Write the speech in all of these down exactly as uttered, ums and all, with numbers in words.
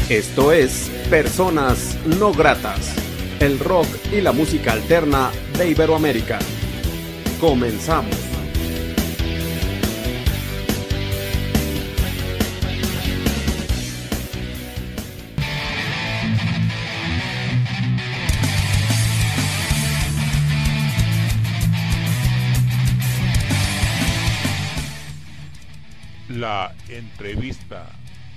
Esto es Personas No Gratas, el rock y la música alterna de Iberoamérica. Comenzamos. La entrevista.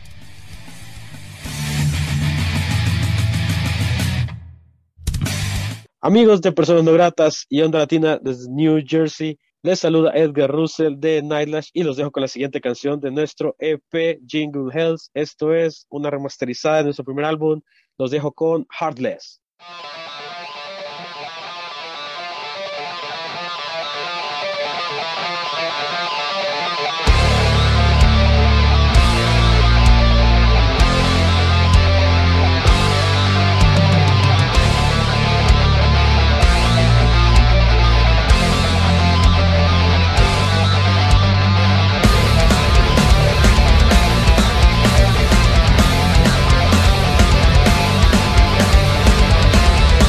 Amigos de Personas No Gratas y Onda Latina desde New Jersey, les saluda Edgar Russell de Nightlash y los dejo con la siguiente canción de nuestro E P Jingle Hells. Esto es una remasterizada de nuestro primer álbum. Los dejo con Heartless. We'll be right back.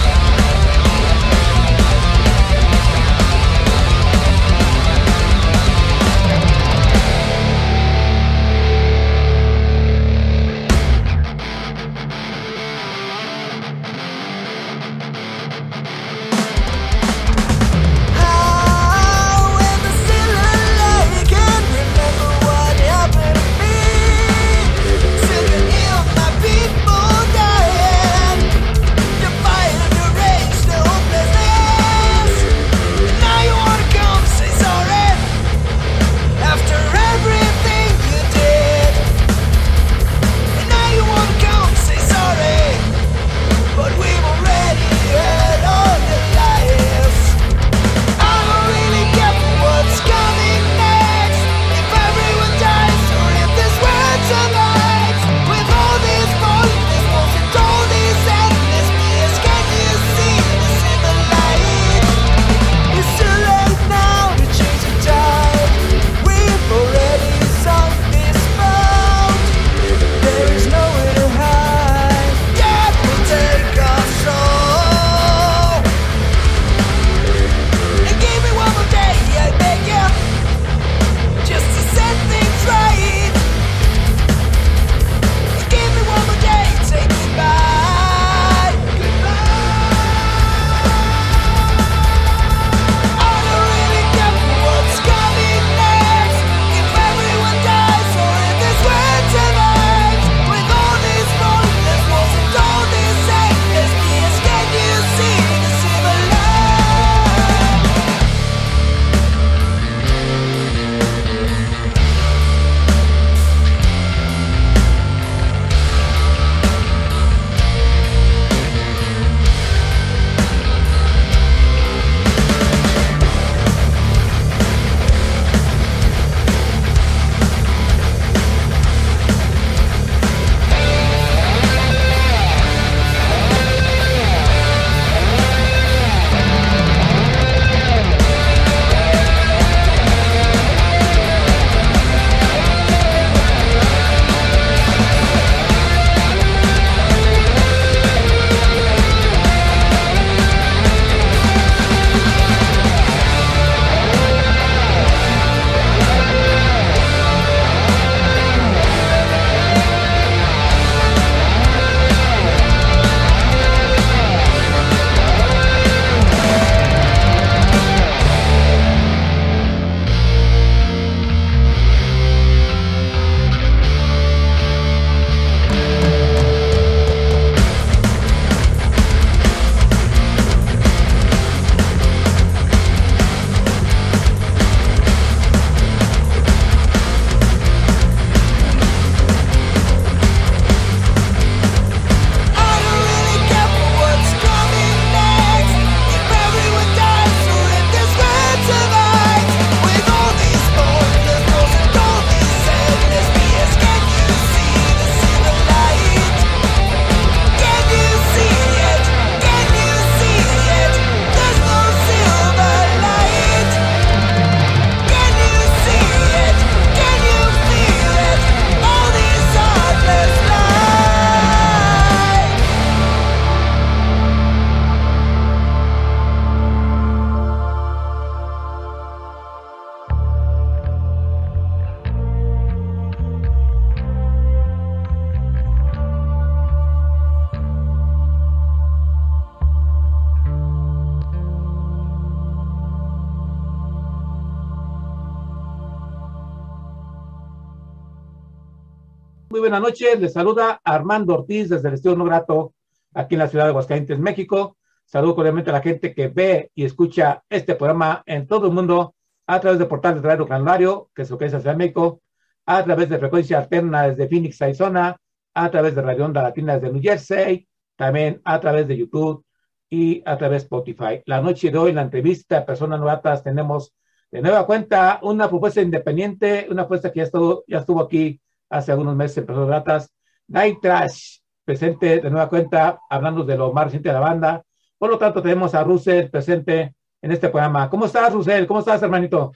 Muy buenas noches, les saluda Armando Ortiz desde el Estudio No Grato, aquí en la ciudad de Aguascalientes, México. Saludo cordialmente a la gente que ve y escucha este programa en todo el mundo a través de portales de Radio Canulario, que es lo que es Ciudad de México, a través de Frecuencia Alterna desde Phoenix, Arizona, a través de Radio Onda Latina desde New Jersey, también a través de YouTube y a través de Spotify. La noche de hoy, en la entrevista a Personas Novatas, tenemos de nueva cuenta una propuesta independiente, una propuesta que ya estuvo, ya estuvo aquí hace algunos meses en Personas Novatas, Night Trash, presente de nueva cuenta, hablando de lo más reciente de la banda. Por lo tanto, tenemos a Russell presente en este programa. ¿Cómo estás, Russell? ¿Cómo estás, hermanito?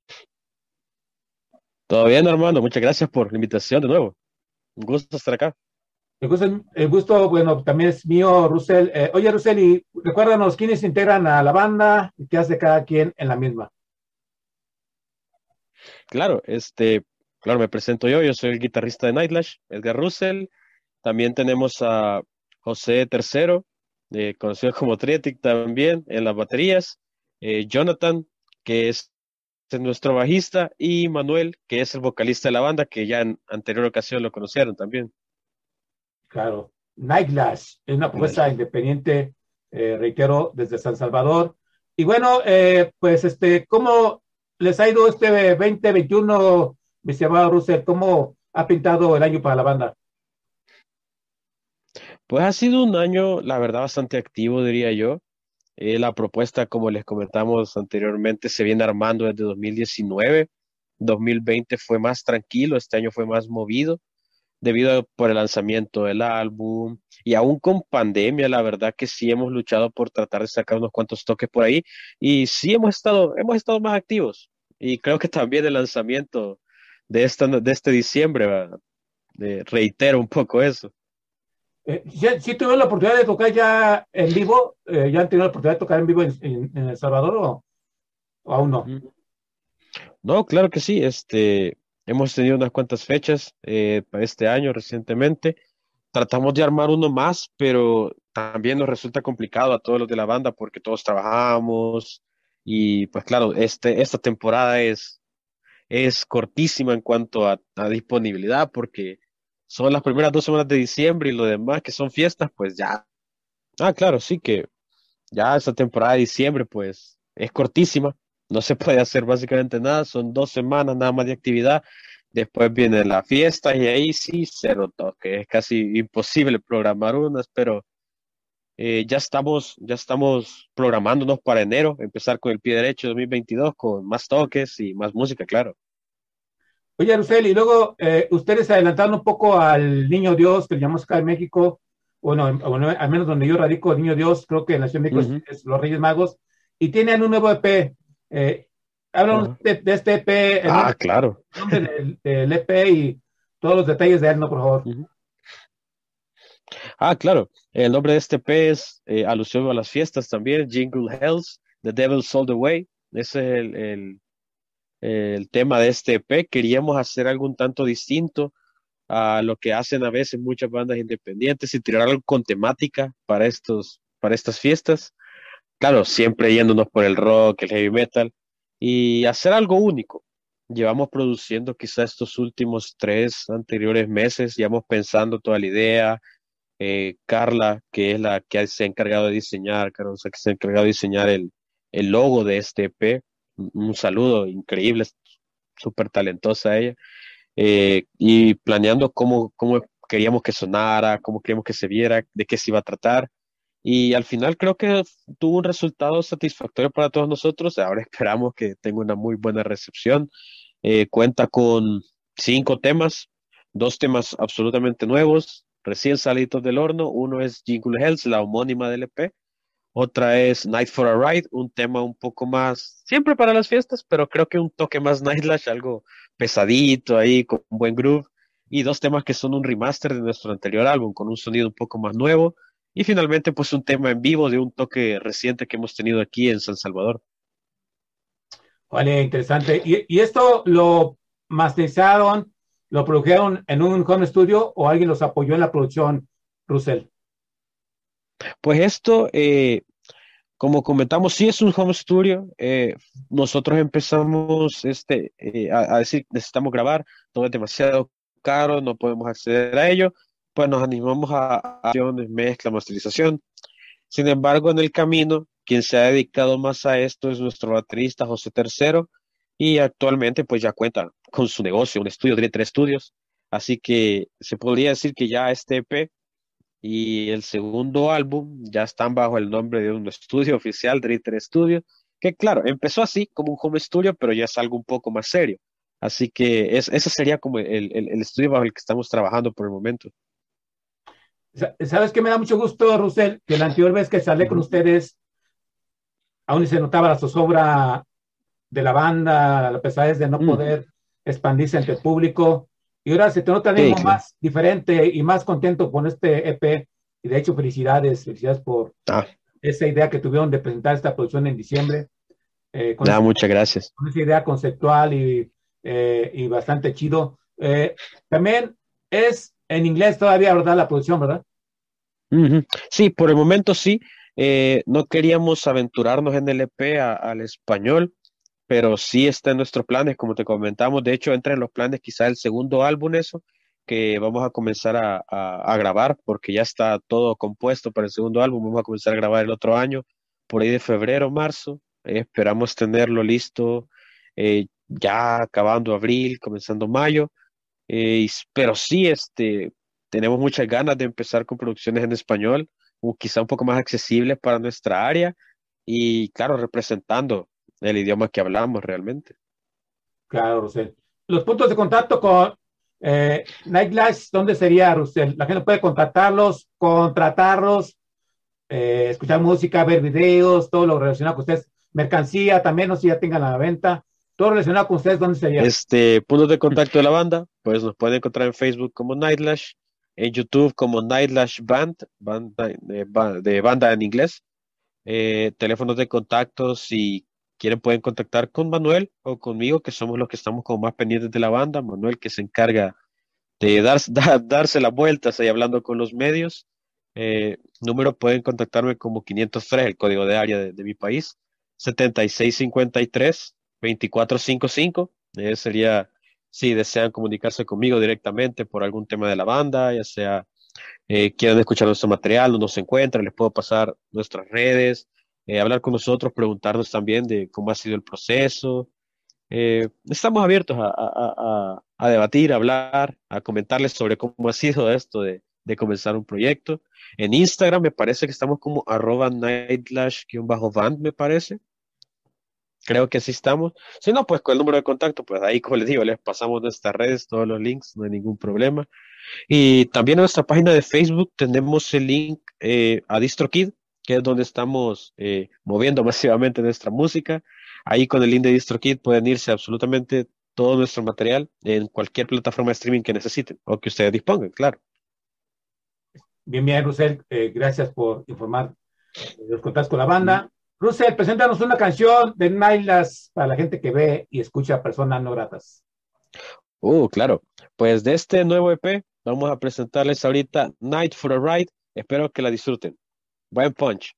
Todo bien, hermano. Muchas gracias por la invitación de nuevo. Un gusto estar acá. El gusto, el gusto bueno, también es mío, Russell. Eh, oye, Russell, y recuérdanos quiénes integran a la banda y qué hace cada quien en la misma. Claro, este, claro, me presento yo. Yo soy el guitarrista de Nightlash, Edgar Russell. También tenemos a José Tercero, eh, conocido como Triatic también, en las baterías. Eh, Jonathan, que es nuestro bajista, y Manuel, que es el vocalista de la banda, que ya en anterior ocasión lo conocieron también. Claro. Nightlash es una propuesta independiente, eh, reitero, desde San Salvador. Y bueno, eh, pues, este, ¿cómo les ha ido este veinte veintiuno, mi estimado Russell? ¿Cómo ha pintado el año para la banda? Pues ha sido un año, la verdad, bastante activo, diría yo. Eh, la propuesta, como les comentamos anteriormente, se viene armando desde dos mil diecinueve. dos mil veinte fue más tranquilo, este año fue más movido debido a, por el lanzamiento del álbum y aún con pandemia, la verdad que sí hemos luchado por tratar de sacar unos cuantos toques por ahí y sí hemos estado, hemos estado más activos y creo que también el lanzamiento de, esta, de este diciembre, ¿verdad? Eh, reitero un poco eso. Eh, ¿sí, sí tuvieron la oportunidad de tocar ya en vivo? Eh, ¿Ya han tenido la oportunidad de tocar en vivo en, en, en El Salvador o, o aún no? Mm. No, claro que sí, este, hemos tenido unas cuantas fechas eh, para este año recientemente. Tratamos de armar uno más, pero también nos resulta complicado a todos los de la banda porque todos trabajamos y pues claro, este, esta temporada es, es cortísima en cuanto a, a disponibilidad porque son las primeras dos semanas de diciembre y lo demás que son fiestas, pues ya. Ah, claro, sí que ya esta temporada de diciembre pues es cortísima, no se puede hacer básicamente nada, son dos semanas nada más de actividad. Después viene la fiesta y ahí sí, cero toque. Es casi imposible programar unas, pero eh, ya estamos, ya estamos programándonos para enero, empezar con el pie derecho dos mil veintidós con más toques y más música, claro. Oye, Araceli, y luego eh, ustedes adelantando un poco al Niño Dios, que le llamamos acá en México, bueno, en- bueno, al menos donde yo radico, el Niño Dios, creo que en la Ciudad de México Ujú. es, es Los Reyes Magos, y tienen un nuevo E P. Eh, háblanos Ajá. de, de este E P, el Ah, nombre, claro. el nombre del, del E P y todos los detalles de él, ¿no, por favor? Ujú. Ah, claro. El nombre de este pez, eh, alusión a las fiestas también, Jingle Hells, The Devil Sold Away. Ese es el, el, el tema de este E P. Queríamos hacer algo un tanto distinto a lo que hacen a veces muchas bandas independientes y tirar algo con temática para estos, para estas fiestas. Claro, siempre yéndonos por el rock, el heavy metal y hacer algo único. Llevamos produciendo quizá estos últimos tres anteriores meses, llevamos pensando toda la idea. Eh, Carla, que es la que se ha encargado de diseñar, Carosa, que se ha encargado de diseñar el, el logo de este E P. Un, un saludo increíble, súper talentosa ella. Eh, y planeando cómo, cómo queríamos que sonara, cómo queríamos que se viera, de qué se iba a tratar. Y al final creo que tuvo un resultado satisfactorio para todos nosotros. Ahora esperamos que tenga una muy buena recepción. Eh, cuenta con cinco temas, dos temas absolutamente nuevos, recién salidos del horno. Uno es Jingle Hells, la homónima del E P. Otra es Night for a Ride, un tema un poco más, siempre para las fiestas, pero creo que un toque más Nightlash, algo pesadito ahí, con un buen groove. Y dos temas que son un remaster de nuestro anterior álbum, con un sonido un poco más nuevo. Y finalmente, pues un tema en vivo de un toque reciente que hemos tenido aquí en San Salvador. Vale, interesante. ¿Y, y esto lo masterizaron, lo produjeron en un home studio o alguien los apoyó en la producción, Russell? Pues esto, eh, como comentamos, sí es un home studio. Eh, nosotros empezamos este, eh, a, a decir, necesitamos grabar, todo es demasiado caro, no podemos acceder a ello, pues nos animamos a, a acciones, mezcla, masterización. Sin embargo, en el camino, quien se ha dedicado más a esto es nuestro baterista José Tercero, y actualmente pues ya cuenta con su negocio, un estudio, tiene tres estudios, así que se podría decir que ya este E P y el segundo álbum ya están bajo el nombre de un estudio oficial, Dritter Studio, que claro, empezó así como un home studio, pero ya es algo un poco más serio. Así que es, ese sería como el, el, el estudio bajo el que estamos trabajando por el momento. ¿Sabes qué me da mucho gusto, Russell? Que la anterior vez que salí con ustedes, aún se notaba la zozobra de la banda, la pesadez de no mm. poder expandirse ante el público. Y ahora se te nota el ritmo sí, claro. más diferente y más contento con este E P. Y de hecho, felicidades, felicidades por ah. esa idea que tuvieron de presentar esta producción en diciembre. Eh, con, nah, esa, muchas gracias. Con esa idea conceptual y, eh, y bastante chido. Eh, también es en inglés todavía, ¿verdad? La producción, ¿verdad? Uh-huh. Sí, por el momento sí. Eh, no queríamos aventurarnos en el E P a, al español, pero sí está en nuestros planes, como te comentamos. De hecho, entra en los planes quizá el segundo álbum, eso, que vamos a comenzar a, a, a grabar, porque ya está todo compuesto para el segundo álbum. Vamos a comenzar a grabar el otro año, por ahí de febrero, marzo. Eh, esperamos tenerlo listo eh, ya acabando abril, comenzando mayo. Eh, pero sí, este, tenemos muchas ganas de empezar con producciones en español, o quizá un poco más accesibles para nuestra área, y claro, representando el idioma que hablamos realmente. Claro, Russell. Los puntos de contacto con eh, Nightlash, ¿dónde sería, Russell? La gente puede contactarlos, contratarlos, eh, escuchar música, ver videos, todo lo relacionado con ustedes, mercancía también, no sé si ya tengan a la venta, todo relacionado con ustedes, ¿dónde sería? Este, puntos de contacto de la banda, pues nos pueden encontrar en Facebook como Nightlash, en YouTube como Nightlash Band, banda, eh, de banda en inglés, eh, teléfonos de contacto, si quieren pueden contactar con Manuel o conmigo, que somos los que estamos como más pendientes de la banda. Manuel, que se encarga de dar, da, darse las vueltas ahí hablando con los medios. Eh, número pueden contactarme como quinientos tres, el código de área de, de mi país, setenta y seis cincuenta y tres, veinticuatro cincuenta y cinco. Eh, sería si desean comunicarse conmigo directamente por algún tema de la banda, ya sea eh, quieren escuchar nuestro material, no nos encuentran, les puedo pasar nuestras redes. Eh, hablar con nosotros, preguntarnos también de cómo ha sido el proceso. Eh, estamos abiertos a, a, a, a debatir, a hablar, a comentarles sobre cómo ha sido esto de, de comenzar un proyecto. En Instagram me parece que estamos como arroba nightlash-band, me parece. Creo que así estamos. Si no, pues con el número de contacto, pues ahí, como les digo, les pasamos nuestras redes, todos los links, no hay ningún problema. Y también en nuestra página de Facebook tenemos el link eh, a DistroKid, que es donde estamos eh, moviendo masivamente nuestra música. Ahí con el link de DistroKid pueden irse absolutamente todo nuestro material en cualquier plataforma de streaming que necesiten o que ustedes dispongan, claro. Bien, bien, Russell, eh, gracias por informar de los contactos con la banda. Mm. Russell, preséntanos una canción de Nightlash para la gente que ve y escucha Personas No Gratas. Uh, claro. Pues de este nuevo E P vamos a presentarles ahorita Night for a Ride. Espero que la disfruten. Buen punch.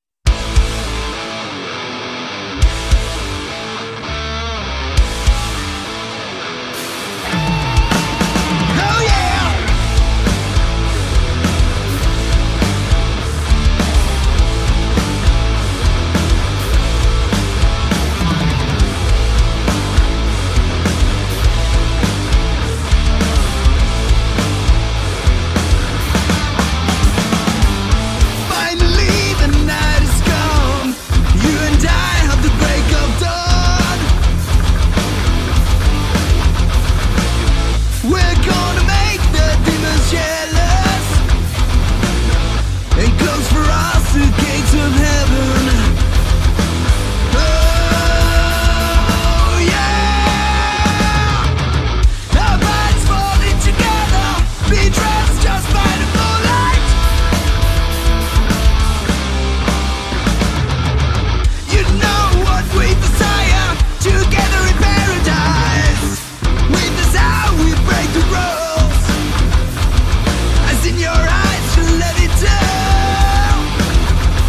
In your eyes, let it down.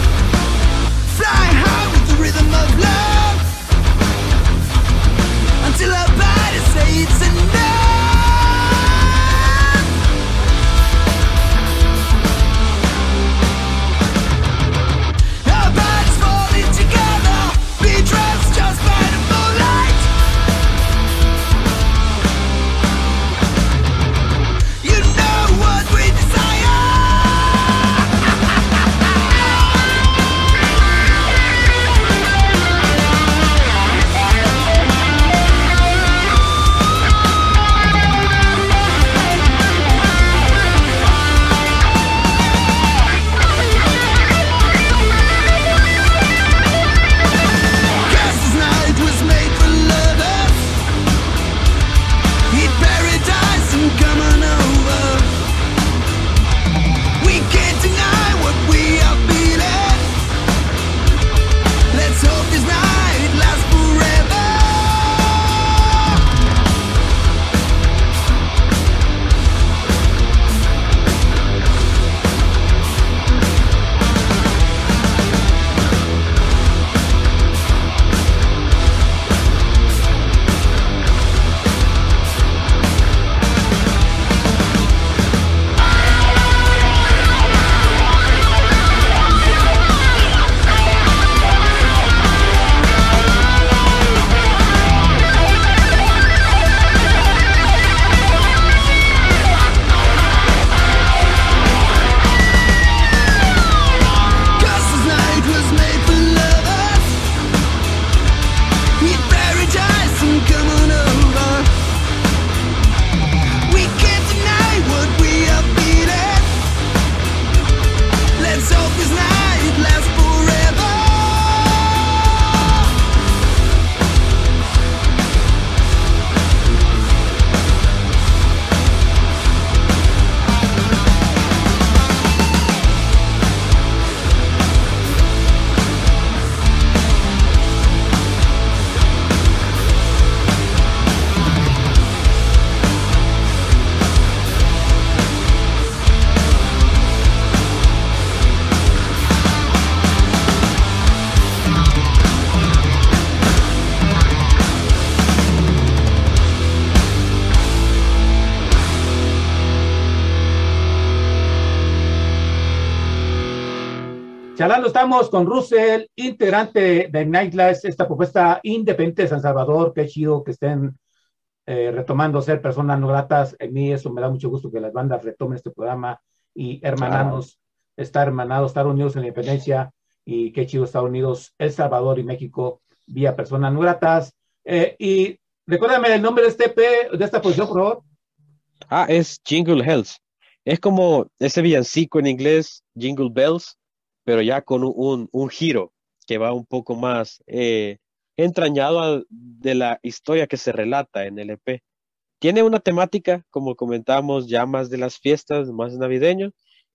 Charlando estamos con Russell, integrante de Nightlife, esta propuesta independiente de San Salvador. Qué chido que estén eh, retomando ser personas no gratas. A mí eso me da mucho gusto que las bandas retomen este programa y hermanarnos, claro. Estar hermanados, estar unidos en la independencia. Y qué chido estar unidos El Salvador y México vía personas no gratas. Eh, y recuérdame el nombre de este E P, de esta posición, por favor. Ah, es Jingle Hells. Es como ese villancico en inglés, Jingle Bells, pero ya con un, un, un giro que va un poco más eh, entrañado al, de la historia que se relata en el E P. Tiene una temática, como comentamos, ya más de las fiestas, más navideño,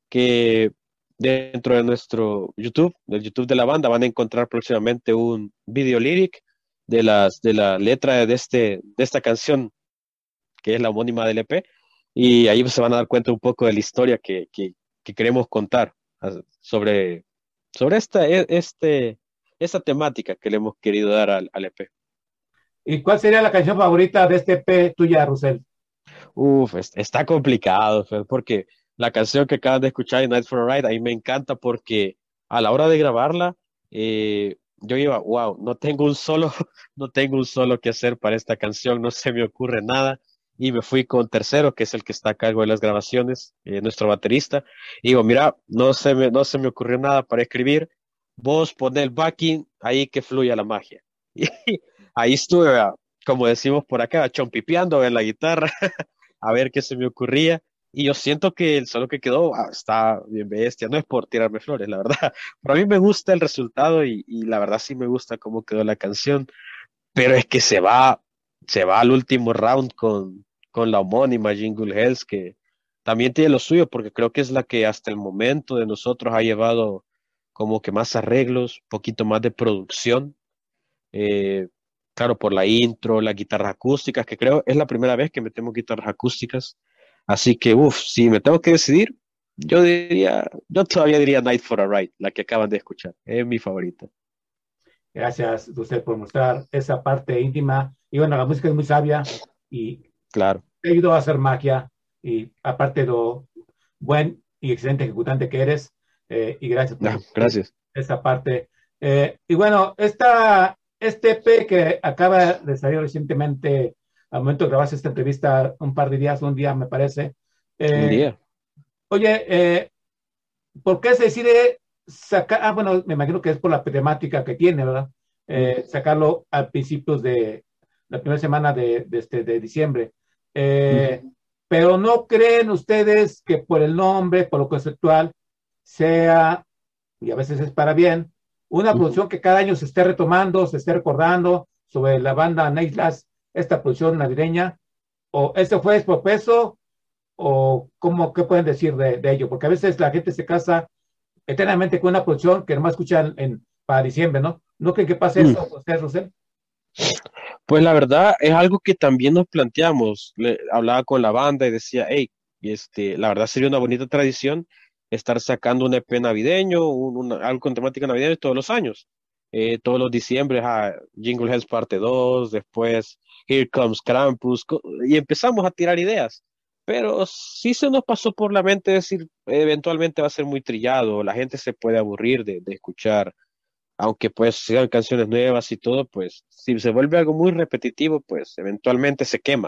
que dentro de nuestro YouTube, del YouTube de la banda, van a encontrar próximamente un video lyric de, las, de la letra de, este, de esta canción, que es la homónima del E P, y ahí se van a dar cuenta un poco de la historia que, que, que queremos contar sobre, sobre esta, este, esta temática que le hemos querido dar al, al E P. ¿Y cuál sería la canción favorita de este E P tuya, Russell? Uf, está complicado, porque la canción que acaban de escuchar, Night for a Ride, a mí me encanta porque a la hora de grabarla, eh, yo iba, wow, no tengo un solo, no tengo un solo que hacer para esta canción, no se me ocurre nada. Y me fui con Tercero, que es el que está a cargo de las grabaciones, eh, nuestro baterista. Y digo, mira, no se, me, no se me ocurrió nada para escribir. Vos poné el backing, ahí que fluya la magia. Y ahí estuve, como decimos por acá, chompipeando en la guitarra, a ver qué se me ocurría. Y yo siento que el solo que quedó ah, está bien bestia. No es por tirarme flores, la verdad. Pero a mí me gusta el resultado y, y la verdad sí me gusta cómo quedó la canción. Pero es que se va, se va al último round con, con la homónima Jingle Hells, que también tiene lo suyo, porque creo que es la que hasta el momento de nosotros ha llevado como que más arreglos, un poquito más de producción. Eh, claro, por la intro, las guitarras acústicas, que creo es la primera vez que metemos guitarras acústicas. Así que, uff, si me tengo que decidir, yo diría, yo todavía diría Night for a Ride, la que acaban de escuchar. Es mi favorita. Gracias, usted, por mostrar esa parte íntima. Y bueno, la música es muy sabia y claro, te ayudó a hacer magia. Y aparte de lo buen y excelente ejecutante que eres, eh, y gracias por no, gracias. esa parte. Eh, y bueno, esta, este E P que acaba de salir recientemente, al momento de grabarse esta entrevista, un par de días, un día me parece. Eh, un día. Oye, eh, ¿por qué se decide sacar? Ah, bueno, me imagino que es por la temática que tiene, ¿verdad? Eh, mm. Sacarlo a principios de la primera semana de, de, este, de diciembre. Eh, mm. Pero ¿no creen ustedes que por el nombre, por lo conceptual, sea, y a veces es para bien, una mm. producción que cada año se esté retomando, se esté recordando sobre la banda Nightlife, esta producción navideña? ¿O esto fue expropeso? ¿O cómo, qué pueden decir de, de ello? Porque a veces la gente se casa eternamente con una producción que nomás escuchan en, para diciembre, ¿no? ¿No creen que pase eso, mm. usted, Russell? Pues la verdad es algo que también nos planteamos. Le, hablaba con la banda y decía, hey, este, la verdad sería una bonita tradición estar sacando un E P navideño, un, una, algo con temática navideña todos los años. Eh, todos los diciembre, ah, Jingle Hells parte dos, después Here Comes Krampus, y empezamos a tirar ideas. Pero sí se nos pasó por la mente decir, eventualmente va a ser muy trillado, la gente se puede aburrir de, de escuchar, aunque pues sean canciones nuevas y todo, pues si se vuelve algo muy repetitivo, pues eventualmente se quema.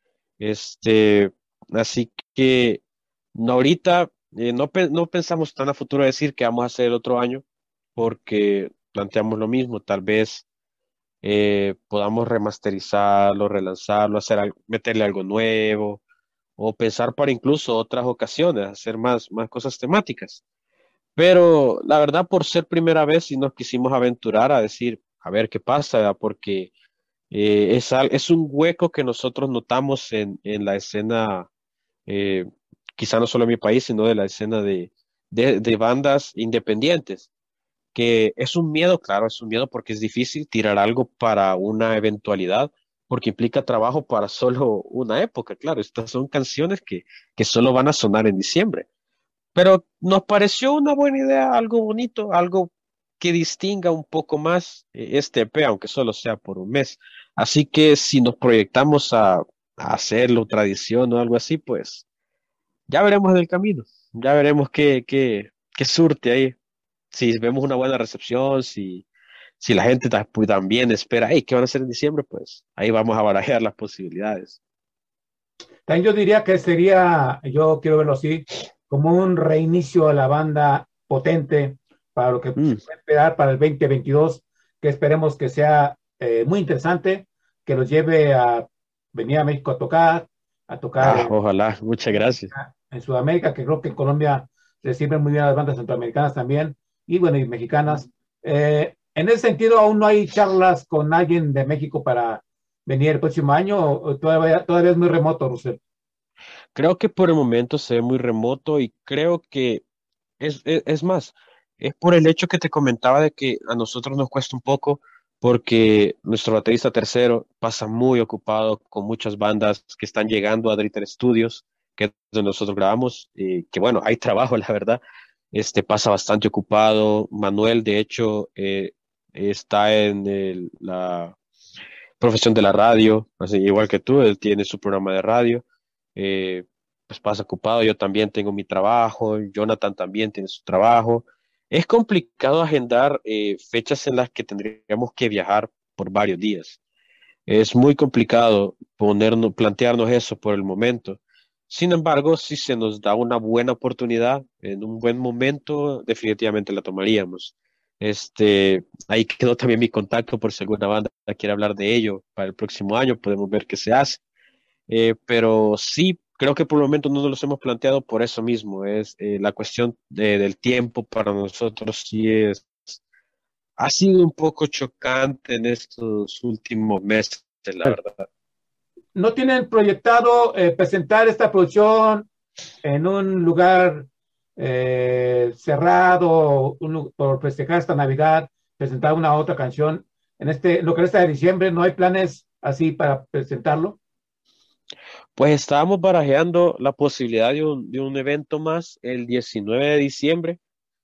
Este, así que no, ahorita eh, no, no pensamos tan a futuro decir que vamos a hacer el otro año, porque planteamos lo mismo, tal vez eh, podamos remasterizarlo, relanzarlo, hacer algo, meterle algo nuevo, o pensar para incluso otras ocasiones, hacer más, más cosas temáticas. Pero la verdad, por ser primera vez, sí nos quisimos aventurar a decir, a ver qué pasa, ¿verdad? Porque eh, es, es un hueco que nosotros notamos en, en la escena, eh, quizá no solo en mi país, sino de la escena de, de, de bandas independientes, que es un miedo, claro, es un miedo porque es difícil tirar algo para una eventualidad, porque implica trabajo para solo una época, claro, estas son canciones que, que solo van a sonar en diciembre. Pero nos pareció una buena idea, algo bonito, algo que distinga un poco más este E P, aunque solo sea por un mes. Así que si nos proyectamos a, a hacerlo tradición o algo así, pues ya veremos en el camino, ya veremos qué, qué, qué surte ahí. si vemos una buena recepción, si, si la gente ta- pues, también espera, hey, ¿qué van a hacer en diciembre? Pues ahí vamos a barajar las posibilidades. También yo diría que sería, yo quiero verlo así, como un reinicio a la banda potente para lo que se Mm. puede esperar para el veinte veintidós, que esperemos que sea eh, muy interesante, que los lleve a venir a México a tocar, a tocar Ah, en, ojalá, muchas gracias. en Sudamérica, que creo que en Colombia reciben muy bien a las bandas centroamericanas también, y bueno, y mexicanas. Eh, en ese sentido, ¿aún no hay charlas con alguien de México para venir el próximo año o, o todavía, todavía es muy remoto, Russell? Creo que por el momento se ve muy remoto y creo que es, es, es más, es por el hecho que te comentaba de que a nosotros nos cuesta un poco porque nuestro baterista tercero pasa muy ocupado con muchas bandas que están llegando a Driter Studios, que es donde nosotros grabamos, y que bueno, hay trabajo, la verdad. Este pasa bastante ocupado. Manuel, de hecho, eh, está en el- la profesión de la radio, así igual que tú, él tiene su programa de radio, eh, pues pasa ocupado, yo también tengo mi trabajo, Jonathan también tiene su trabajo. Es complicado agendar eh, fechas en las que tendríamos que viajar por varios días. Es muy complicado ponernos, plantearnos eso por el momento. Sin embargo, si se nos da una buena oportunidad, en un buen momento, definitivamente la tomaríamos. Este, ahí quedó también mi contacto por si alguna banda quiere hablar de ello para el próximo año, podemos ver qué se hace. Eh, pero sí, creo que por el momento no nos los hemos planteado por eso mismo. Es eh, la cuestión de- del tiempo para nosotros sí es, ha sido un poco chocante en estos últimos meses, la verdad. ¿No tienen proyectado eh, presentar esta producción en un lugar eh, cerrado un lu- por festejar esta Navidad, presentar una otra canción en este, lo que resta de diciembre? ¿No hay planes así para presentarlo? Pues estábamos barajeando la posibilidad de un, de un evento más el diecinueve de diciembre,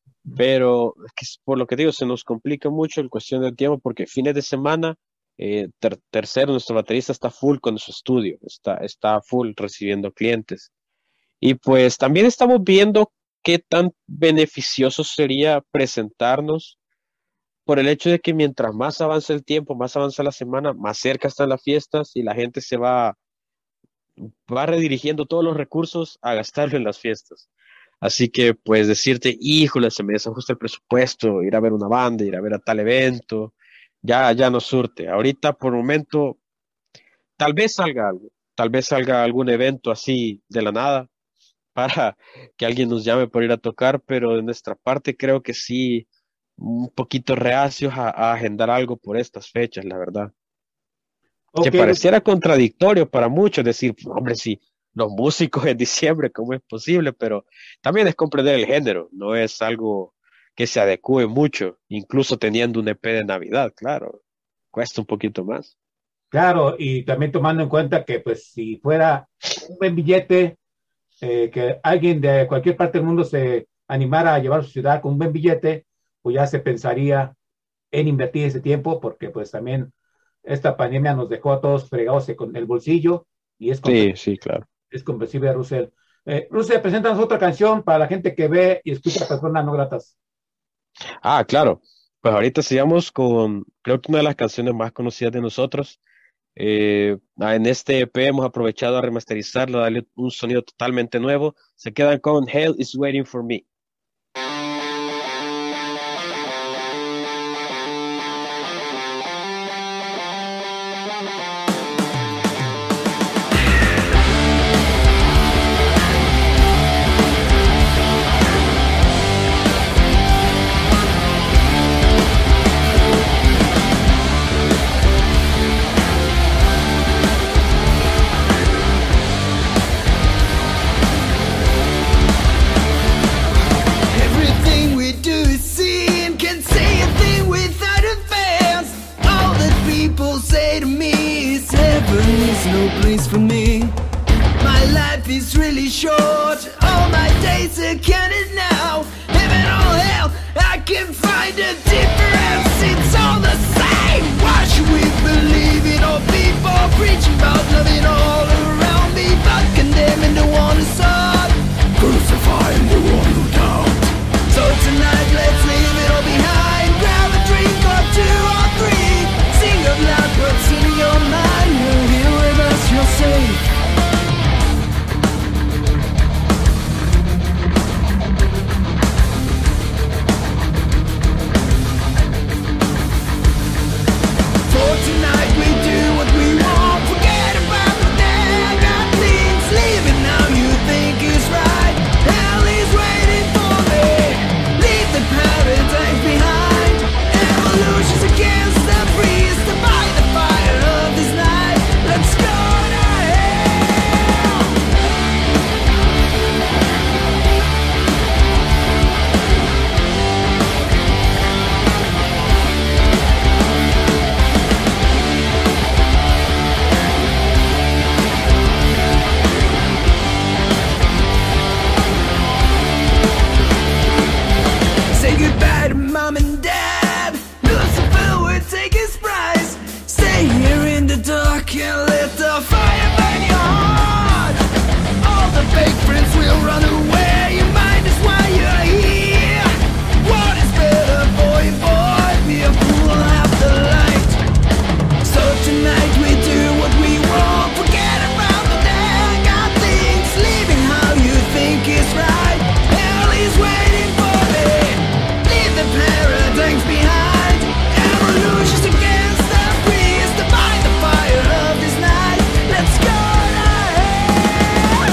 pero es que es por lo que digo, se nos complica mucho en cuestión del tiempo porque fines de semana, eh, ter- tercero, nuestro baterista está full con su estudio, está, está full recibiendo clientes. Y pues también estamos viendo qué tan beneficioso sería presentarnos por el hecho de que mientras más avanza el tiempo, más avanza la semana, más cerca están las fiestas y la gente se va va redirigiendo todos los recursos a gastarlo en las fiestas. Así que, pues, decirte, híjole, se me desajusta el presupuesto, ir a ver una banda, ir a ver a tal evento, ya, ya no surte. Ahorita, por el momento, tal vez salga algo, tal vez salga algún evento así de la nada para que alguien nos llame por ir a tocar, pero de nuestra parte creo que sí, un poquito reacios a, a agendar algo por estas fechas, la verdad. Que Ok, pareciera contradictorio para muchos decir, hombre, sí, los músicos en diciembre, ¿cómo es posible? Pero también es comprender el género, no es algo que se adecue mucho, incluso teniendo un E P de Navidad, claro, cuesta un poquito más. claro, y también tomando en cuenta que pues si fuera un buen billete, eh, que alguien de cualquier parte del mundo se animara a llevar a su ciudad con un buen billete, pues ya se pensaría en invertir ese tiempo, porque pues también esta pandemia nos dejó a todos fregados con el bolsillo y es, Sí, compre- sí, claro. es comprensible, Russell. Eh, Russell, preséntanos otra canción para la gente que ve y escucha personas no gratas. Ah, claro. Pues ahorita sigamos con, creo que una de las canciones más conocidas de nosotros. Eh, ah, en este E P hemos aprovechado a remasterizarlo, darle un sonido totalmente nuevo. Se quedan con Hell is Waiting for Me. Everything we do is seen, can say a thing without advance. All that people say to me is heaven is no place for me. My life is really short, all my days are counted now. Heaven or hell, I can find a difference, it's all the same. Why should we believe in all people preaching about loving all around me, but condemning the one who's hard, crucifying the one who don't? So tonight let's leave it goodbye to mom and dad. Lucifer will take his prize. Stay here in the dark and let the fire burn your heart. All the fake friends will run away. Your mind is why you're here. What is better for you, boy? Be a fool, have the light. So tonight we do what we want. Forget about the damn God things. Living how you think is right. Hell is waiting for me. Leave the paradigms behind. Evolution's against the breeze. Divide the fire of this night. Let's go to hell.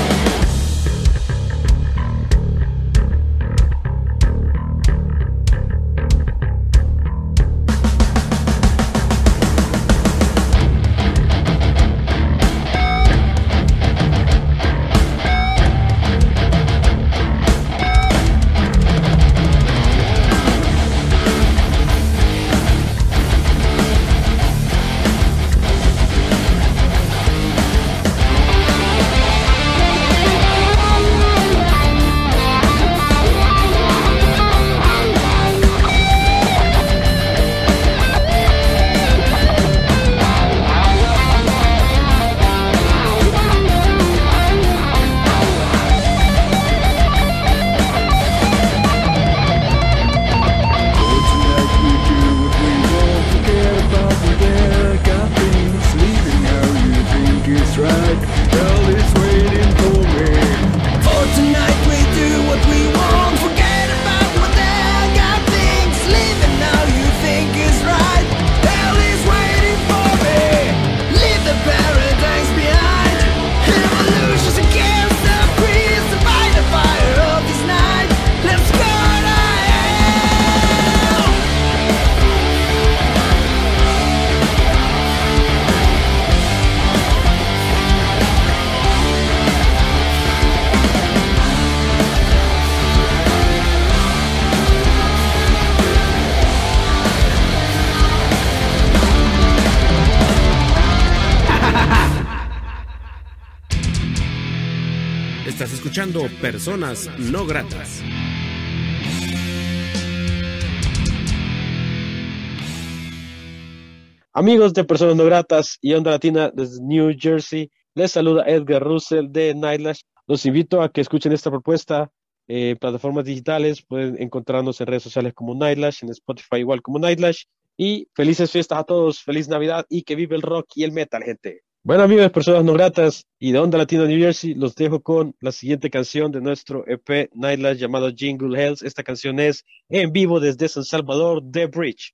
Estás escuchando Personas No Gratas. Amigos de Personas No Gratas y Onda Latina desde New Jersey, les saluda Edgar Russell de Nightlash. Los invito a que escuchen esta propuesta en eh, plataformas digitales. Pueden encontrarnos en redes sociales como Nightlash, en Spotify igual como Nightlash. Y felices fiestas a todos, feliz Navidad y que vive el rock y el metal, gente. Bueno, amigos de Personas No Gratas y de Onda Latina New Jersey, los dejo con la siguiente canción de nuestro E P Nightlash llamado Jingle Hells. Esta canción es en vivo desde San Salvador, The Bridge.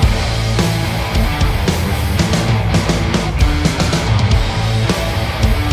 Thank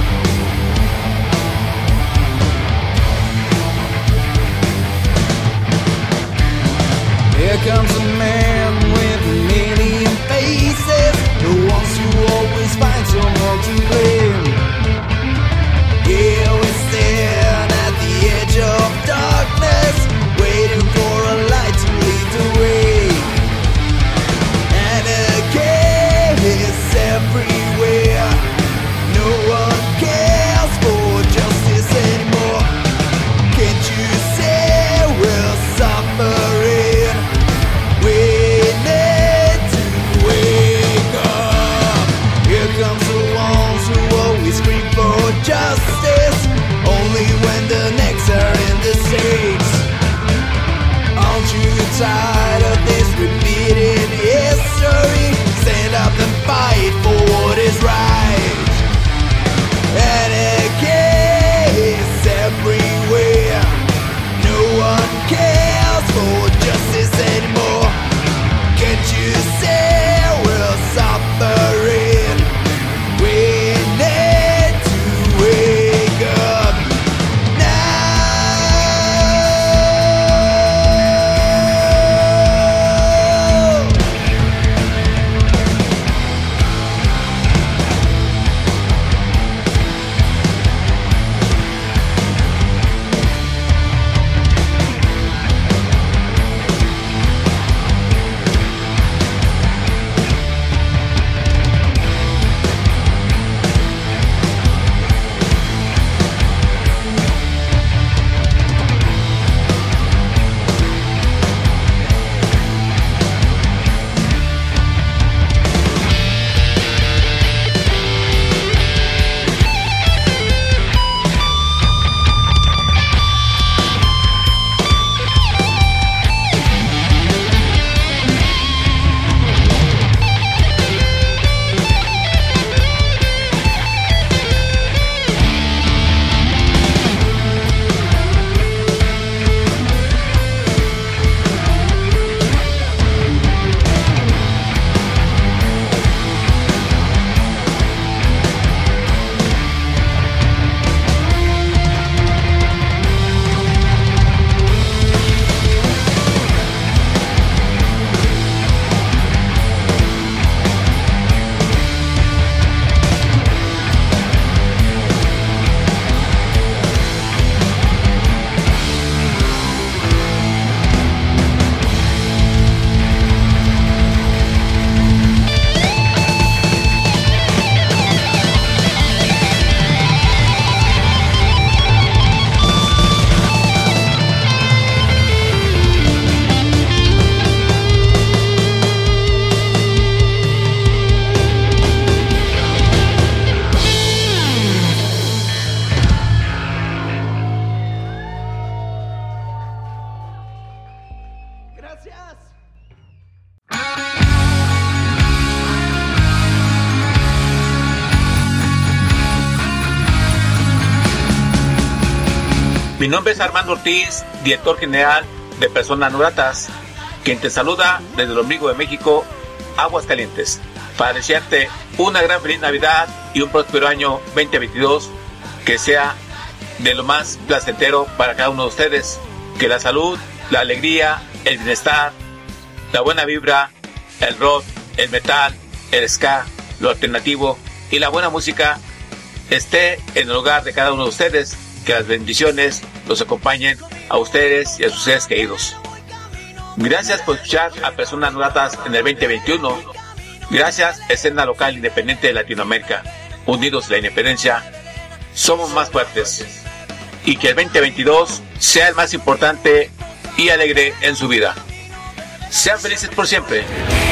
Mi nombre es Armando Ortiz, director general de Personas No Gratas, quien te saluda desde el ombligo de México, Aguascalientes, para desearte una gran feliz Navidad y un próspero año veinte veintidós, que sea de lo más placentero para cada uno de ustedes, que la salud, la alegría, el bienestar, la buena vibra, el rock, el metal, el ska, lo alternativo y la buena música esté en el hogar de cada uno de ustedes, que las bendiciones los acompañen a ustedes y a sus seres queridos. Gracias por escuchar a Personas No Gratas en el veinte veintiuno. Gracias, escena local independiente de Latinoamérica. Unidos en la independencia, somos más fuertes. Y que el veinte veintidós sea el más importante y alegre en su vida. Sean felices por siempre.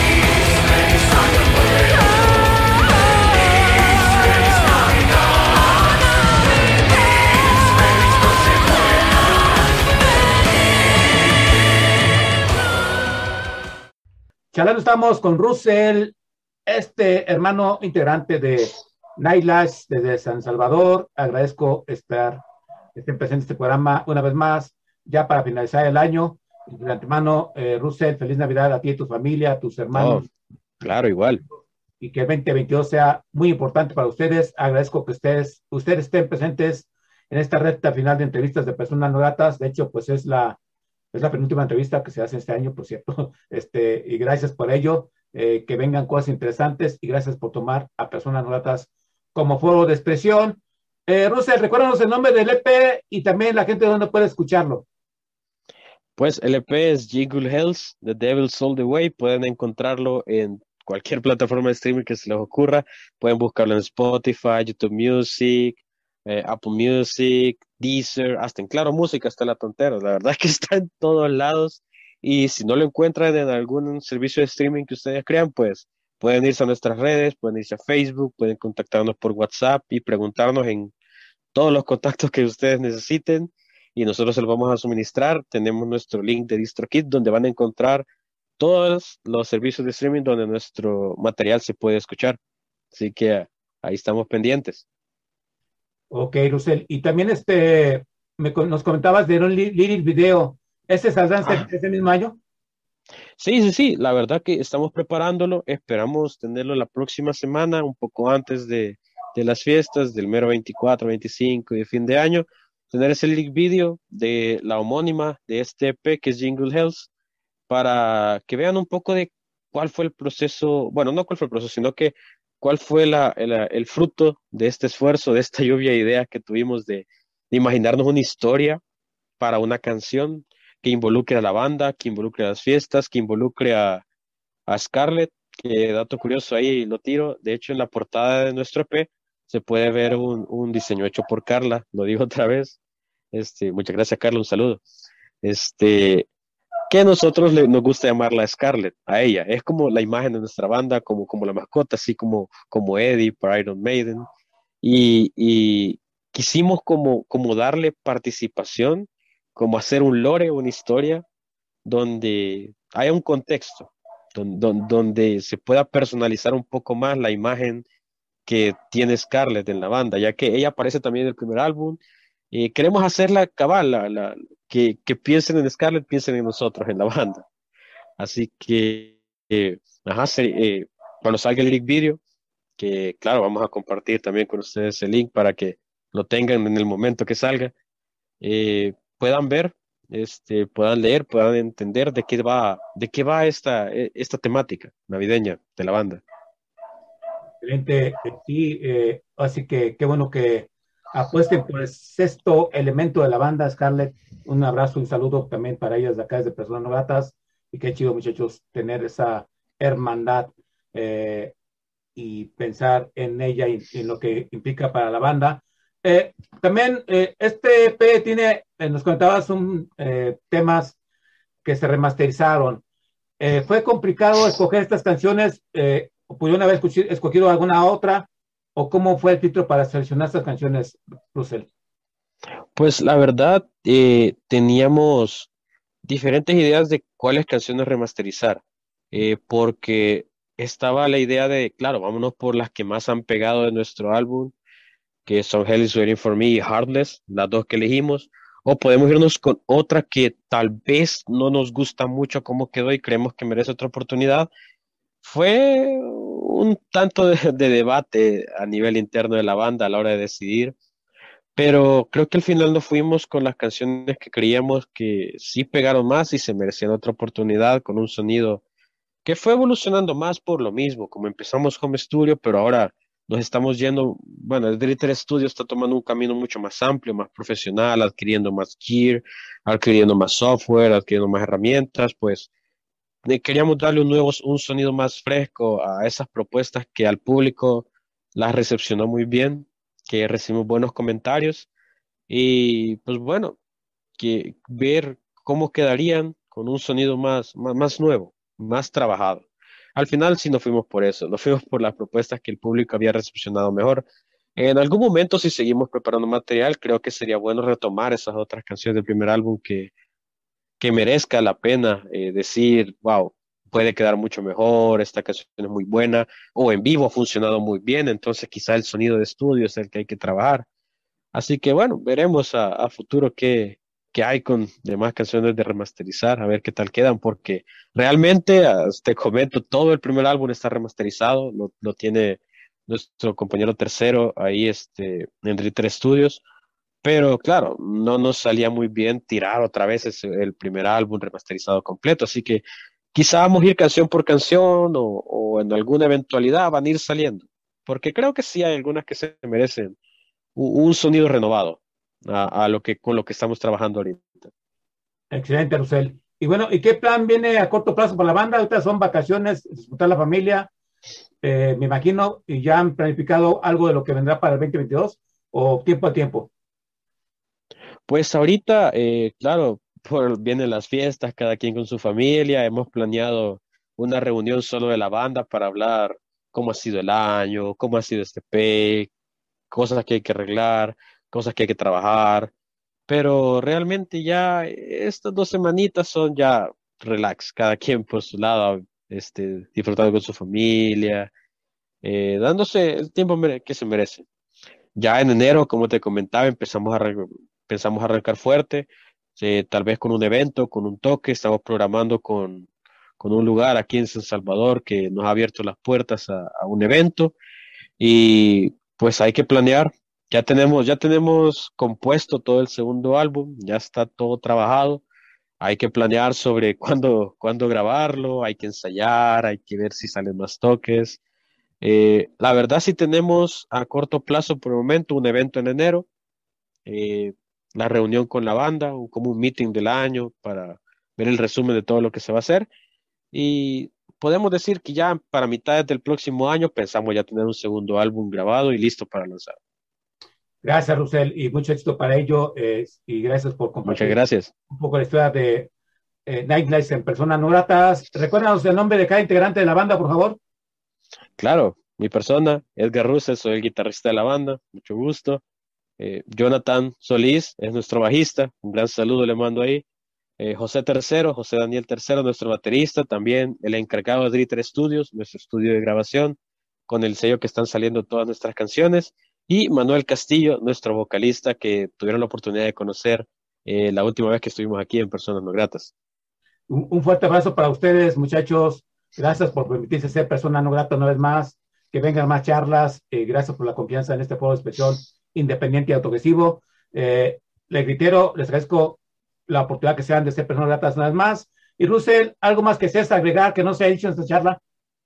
Charlando estamos con Russell, este hermano integrante de Nightlash desde San Salvador. Agradezco estar estén presentes en este programa una vez más, ya para finalizar el año. De antemano, eh, Russell, feliz Navidad a ti y tu familia, a tus hermanos. Oh, claro, igual. Y que el veinte veintidós sea muy importante para ustedes. Agradezco que ustedes, ustedes estén presentes en esta recta final de entrevistas de Personas No Gratas. De hecho, pues es la Es la penúltima entrevista que se hace este año, por cierto. Este, y gracias por ello, eh, que vengan cosas interesantes, y gracias por tomar a Personas No Gratas como foro de expresión. Eh, Russell, recuérdanos el nombre del E P y también la gente donde puede escucharlo. Pues el E P es Jingle Hells, The Devil Sold the Way. Pueden encontrarlo en cualquier plataforma de streaming que se les ocurra. Pueden buscarlo en Spotify, YouTube Music, eh, Apple Music, Deezer, hasta en Claro Música está la tontera. La verdad es que está en todos lados, y si no lo encuentran en algún servicio de streaming que ustedes crean, pues pueden irse a nuestras redes, pueden irse a Facebook, pueden contactarnos por WhatsApp y preguntarnos en todos los contactos que ustedes necesiten, y nosotros se los vamos a suministrar. Tenemos nuestro link de DistroKid, donde van a encontrar todos los servicios de streaming donde nuestro material se puede escuchar, así que ahí estamos pendientes. Ok, Russell. Y también este, me, nos comentabas de un lyric video. ¿Ese saldrá este, Ah. este mismo año? Sí, sí, sí, la verdad que estamos preparándolo, esperamos tenerlo la próxima semana, un poco antes de, de las fiestas, del mero veinticuatro, veinticinco y de fin de año, tener ese lyric video de la homónima de este E P, que es Jingle Hells, para que vean un poco de cuál fue el proceso, bueno, no cuál fue el proceso, sino que cuál fue la, el, el fruto de este esfuerzo, de esta lluvia de ideas que tuvimos de, de imaginarnos una historia para una canción que involucre a la banda, que involucre a las fiestas, que involucre a, a Scarlett, que dato curioso ahí lo tiro. De hecho, en la portada de nuestro E P se puede ver un, un diseño hecho por Carla, lo digo otra vez. Este, muchas gracias, Carla, un saludo. Este, que a nosotros le, nos gusta llamarla Scarlett, a ella. Es como la imagen de nuestra banda, como, como la mascota, así como, como Eddie para Iron Maiden. Y, y quisimos como, como darle participación, como hacer un lore, una historia, donde haya un contexto, donde, donde se pueda personalizar un poco más la imagen que tiene Scarlett en la banda, ya que ella aparece también en el primer álbum. Eh, queremos hacerla cabal, la, la, que, que piensen en Scarlett, piensen en nosotros, en la banda. Así que, eh, ajá, se, eh, cuando salga el lyric video, que claro, vamos a compartir también con ustedes el link para que lo tengan en el momento que salga, eh, puedan ver, este, puedan leer, puedan entender de qué va, de qué va esta, esta temática navideña de la banda. Excelente, sí, eh, así que qué bueno que apuesten por el sexto elemento de la banda, Scarlett. Un abrazo y un saludo también para ellas de acá desde Personas No Gratas, y qué chido, muchachos, tener esa hermandad eh, y pensar en ella y en lo que implica para la banda. Eh, también eh, este E P tiene, eh, nos comentabas un, eh, temas que se remasterizaron. Eh, ¿Fue complicado escoger estas canciones? Eh, ¿O pudieron haber escogido, escogido alguna otra? ¿O cómo fue el filtro para seleccionar estas canciones, Russell? Pues la verdad, eh, teníamos diferentes ideas de cuáles canciones remasterizar, eh, porque estaba la idea de, claro, vámonos por las que más han pegado de nuestro álbum, que son Hell is Waiting for Me y Heartless, las dos que elegimos, o podemos irnos con otra que tal vez no nos gusta mucho cómo quedó y creemos que merece otra oportunidad. Fue un tanto de, de debate a nivel interno de la banda a la hora de decidir, pero creo que al final nos fuimos con las canciones que creíamos que sí pegaron más y se merecían otra oportunidad con un sonido que fue evolucionando más por lo mismo, como empezamos Home Studio, pero ahora nos estamos yendo, bueno, el Driter Studio está tomando un camino mucho más amplio, más profesional, adquiriendo más gear, adquiriendo más software, adquiriendo más herramientas, pues eh, queríamos darle un nuevo, un sonido más fresco a esas propuestas que al público las recepcionó muy bien, que recibimos buenos comentarios y pues bueno, que ver cómo quedarían con un sonido más, más, más nuevo, más trabajado. Al final sí nos fuimos por eso, nos fuimos por las propuestas que el público había recepcionado mejor. En algún momento, si seguimos preparando material, creo que sería bueno retomar esas otras canciones del primer álbum que, que merezca la pena eh, decir, wow, puede quedar mucho mejor, esta canción es muy buena, o en vivo ha funcionado muy bien, entonces quizá el sonido de estudio es el que hay que trabajar. Así que bueno, veremos a, a futuro qué, qué hay con demás canciones de remasterizar, a ver qué tal quedan, porque realmente, ah, te comento, todo el primer álbum está remasterizado, lo, lo tiene nuestro compañero tercero ahí este, en Ritter Studios, pero claro, no nos salía muy bien tirar otra vez ese- el primer álbum remasterizado completo, así que quizá vamos a ir canción por canción o, o en alguna eventualidad van a ir saliendo, porque creo que sí hay algunas que se merecen u- un sonido renovado a, a lo que con lo que estamos trabajando ahorita. Excelente, Rusel. Y bueno, ¿y qué plan viene a corto plazo para la banda? Ahorita son vacaciones, disfrutar la familia, eh, me imagino, y ya han planificado algo de lo que vendrá para el veinte veintidós o tiempo a tiempo. Pues ahorita, eh, claro, por, vienen las fiestas, cada quien con su familia. Hemos planeado una reunión solo de la banda para hablar cómo ha sido el año, cómo ha sido este P E, cosas que hay que arreglar, cosas que hay que trabajar. Pero realmente ya estas dos semanitas son ya relax, cada quien por su lado, este, disfrutando con su familia, eh, dándose el tiempo mere- que se merece. Ya en enero, como te comentaba, empezamos a, arran- empezamos a arrancar fuerte, eh, tal vez con un evento, con un toque. Estamos programando con, con un lugar aquí en San Salvador que nos ha abierto las puertas a, a un evento y pues hay que planear. Ya tenemos, ya tenemos compuesto todo el segundo álbum, ya está todo trabajado. Hay que planear sobre cuándo, cuándo grabarlo, hay que ensayar, hay que ver si salen más toques. Eh, la verdad, sí tenemos a corto plazo por el momento un evento en enero, eh, la reunión con la banda, un- como un meeting del año para ver el resumen de todo lo que se va a hacer. Y podemos decir que ya para mitad del próximo año pensamos ya tener un segundo álbum grabado y listo para lanzar. Gracias, Rusel, y mucho éxito para ello, eh, y gracias por Muchas compartir gracias. un poco la historia de eh, Nightlights en personas no gratas. Recuérdanos el nombre de cada integrante de la banda, por favor. Claro, mi persona, Edgar Russell, soy el guitarrista de la banda, mucho gusto. Eh, Jonathan Solís es nuestro bajista, un gran saludo le mando ahí. Eh, José Tercero, José Daniel Tercero, nuestro baterista, también el encargado de Dritter Studios, nuestro estudio de grabación, con el sello que están saliendo todas nuestras canciones, y Manuel Castillo, nuestro vocalista, que tuvieron la oportunidad de conocer eh, la última vez que estuvimos aquí en Personas No Gratas. Un, un fuerte abrazo para ustedes, muchachos. Gracias por permitirse ser persona no grata una vez más. Que vengan más charlas. Eh, gracias por la confianza en este foro especial independiente y autogesivo. Eh, les reitero, les agradezco la oportunidad que sean de ser personas gratas una vez más. Y Russell, ¿algo más que seas agregar que no se ha dicho en esta charla?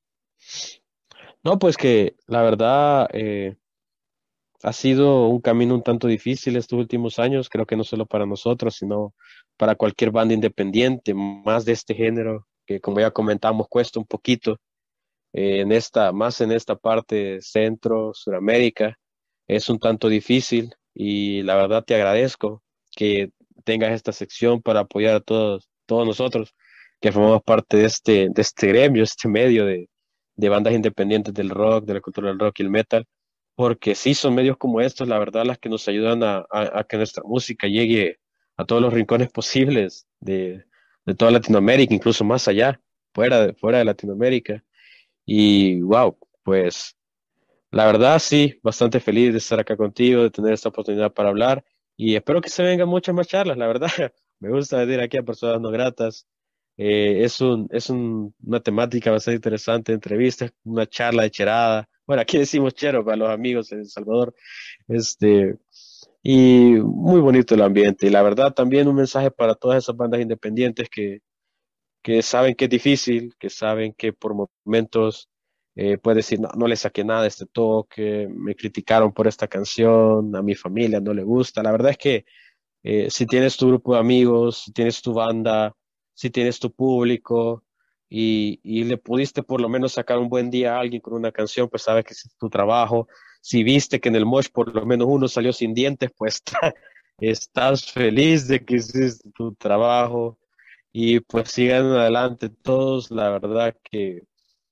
No, pues que la verdad eh, ha sido un camino un tanto difícil estos últimos años, creo que no solo para nosotros, sino para cualquier banda independiente, más de este género, que como ya comentamos, cuesta un poquito eh, en esta, más en esta parte centro, Suramérica, es un tanto difícil y la verdad te agradezco que tengas esta sección para apoyar a todos, todos nosotros que formamos parte de este, de este gremio, este medio de, de bandas independientes del rock, de la cultura del rock y el metal, porque sí son medios como estos, la verdad, las que nos ayudan a, a, a que nuestra música llegue a todos los rincones posibles de, de toda Latinoamérica, incluso más allá, fuera de, fuera de Latinoamérica. Y wow, pues la verdad sí, bastante feliz de estar acá contigo, de tener esta oportunidad para hablar y espero que se vengan muchas más charlas, la verdad. Me gusta venir aquí a Personas No Gratas. Eh, es un, es un- una temática bastante interesante, entrevistas, una charla de cherada. Bueno, aquí decimos chero para los amigos en El Salvador. Este, y muy bonito el ambiente. Y la verdad, también un mensaje para todas esas bandas independientes que, que saben que es difícil, que saben que por momentos eh, puede decir, no, no le saqué nada de este toque, me criticaron por esta canción, a mi familia no le gusta. La verdad es que eh, si tienes tu grupo de amigos, si tienes tu banda, si tienes tu público y, y le pudiste por lo menos sacar un buen día a alguien con una canción, pues sabes que es tu trabajo. Si viste que en el mosh por lo menos uno salió sin dientes, pues estás feliz de que hiciste tu trabajo y pues sigan adelante todos. La verdad que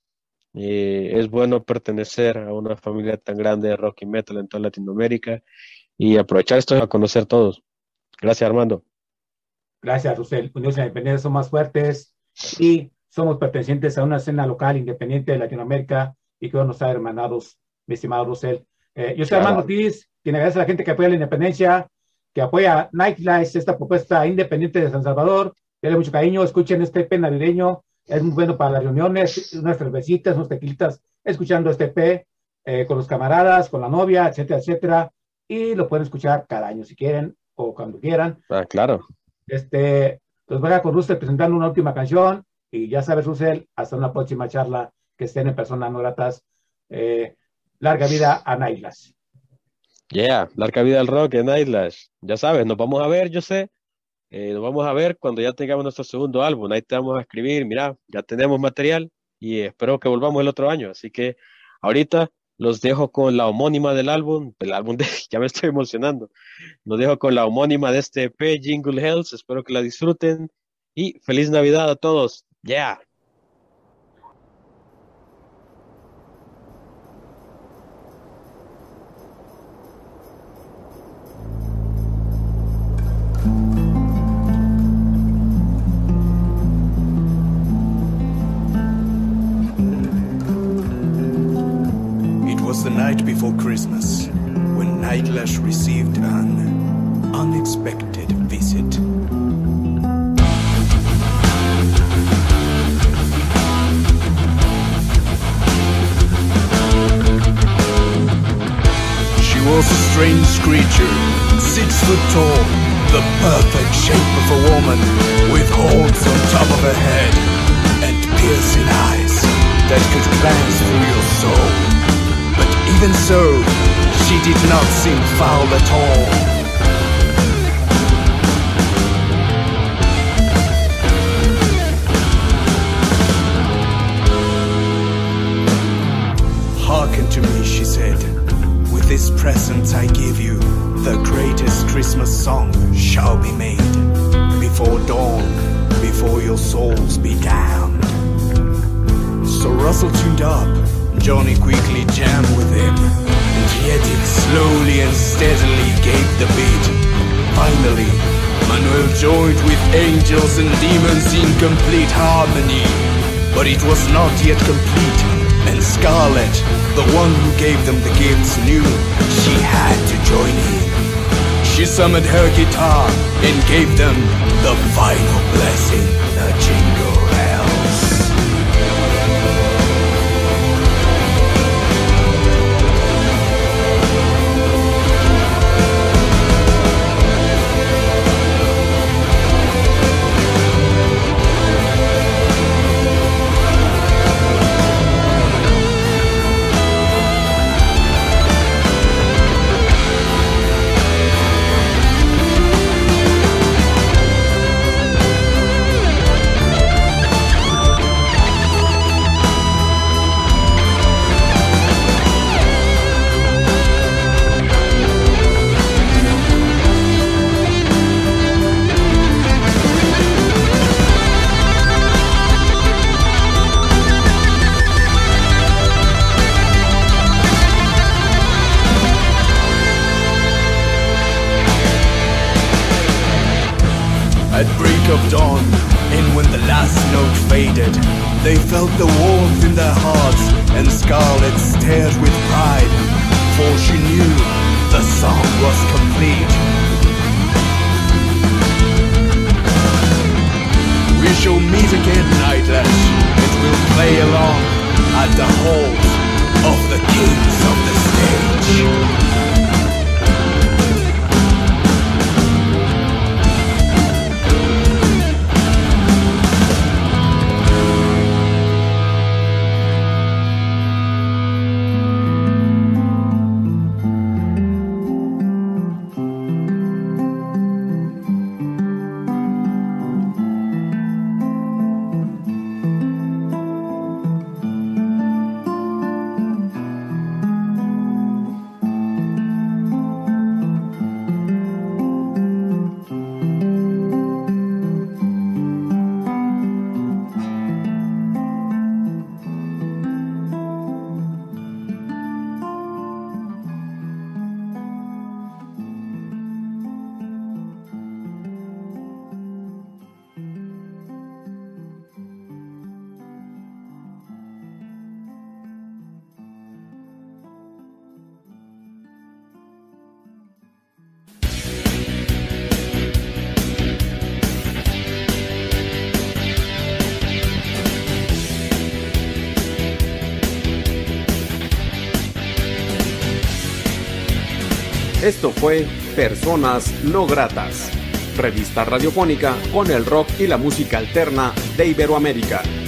eh, es bueno pertenecer a una familia tan grande de rock y metal en toda Latinoamérica y aprovechar esto a conocer todos. Gracias, Armando. Gracias, Rusel. Unidos Independientes son más fuertes y somos pertenecientes a una escena local independiente de Latinoamérica y que nos ha hermanados, mi estimado Rusel. Eh, yo soy Claro. Armando Ortiz, quien agradece a la gente que apoya la independencia, que apoya Nightlife, esta propuesta independiente de San Salvador. Denle mucho cariño, escuchen este E P navideño, es muy bueno para las reuniones, unas cervecitas, unos tequilitas, escuchando este E P eh, con los camaradas, con la novia, etcétera, etcétera. Y lo pueden escuchar cada año si quieren o cuando quieran. Ah, claro. Este, los voy a con Russell presentando una última canción y ya sabes, Russell, hasta una próxima charla que estén en Personas No Gratas. Eh, larga vida a Nightlash. Yeah, larga vida al rock en Nightlash. Ya sabes, nos vamos a ver, yo sé. Eh, nos vamos a ver cuando ya tengamos nuestro segundo álbum. Ahí te vamos a escribir, mira, ya tenemos material y espero que volvamos el otro año. Así que ahorita los dejo con la homónima del álbum, el álbum de, ya me estoy emocionando. Los dejo con la homónima de este E P, Jingle Hells. Espero que la disfruten y feliz Navidad a todos. Yeah. It was the night before Christmas when Nightlash received an unexpected visit. She was a strange creature, six foot tall, the perfect shape of a woman, with horns on top of her head and piercing eyes that could glance through your soul. But even so, she did not seem foul at all. Hearken to me, she said. With this present I give you, the greatest Christmas song shall be made. Before dawn, before your souls be damned. So Russell tuned up, Johnny quickly jammed with him, and Yeti slowly and steadily gave the beat. Finally, Manuel joined with angels and demons in complete harmony. But it was not yet complete, and Scarlet, the one who gave them the gifts, knew she had to join in. She summoned her guitar and gave them the final blessing, the Jingle Bells. At break of dawn, and when the last note faded, they felt the warmth in their hearts, and Scarlet stared with pride, for she knew the song was complete. shall meet again, Nightlash, and we'll play along at the halls of the kings of the stage. Esto fue Personas No Gratas, revista radiofónica con el rock y la música alterna de Iberoamérica.